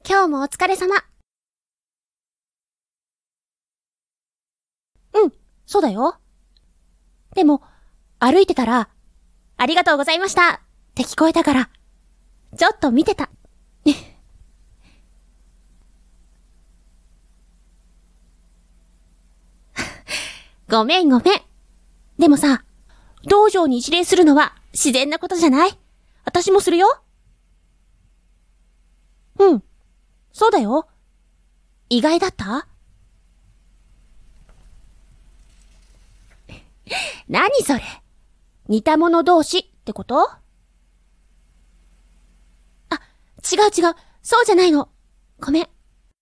今日もお疲れ様。うん、そうだよ。でも、歩いてたら、ありがとうございましたって聞こえたから、ちょっと見てた。ごめん。でもさ、道場に一礼するのは自然なことじゃない？私もするよ。うん、そうだよ。意外だった？何それ？似た者同士ってこと？あ、違う。そうじゃないの。ごめん。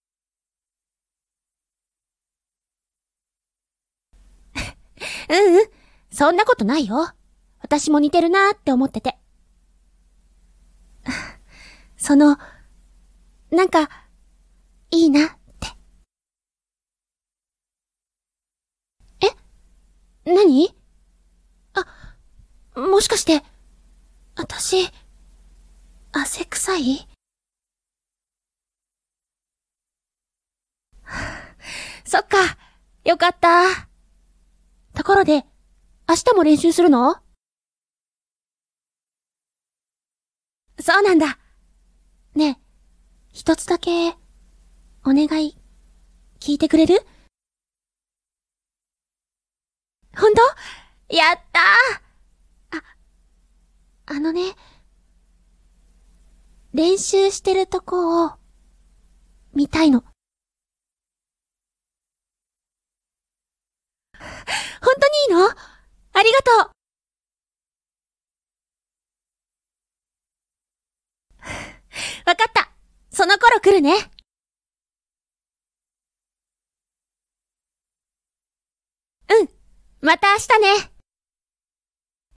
うん。そんなことないよ。私も似てるなーって思ってて。なんか、いいなって。え？何？あ、もしかして、私、汗臭い？そっか、よかった。ところで、明日も練習するの？そうなんだ。ねえ、一つだけ、お願い、聞いてくれる？ほんと？やったー。あのね、練習してるとこを、見たいの。ほんとにいいの？ありがとう。わかった。その頃来るね。うん。また明日ね。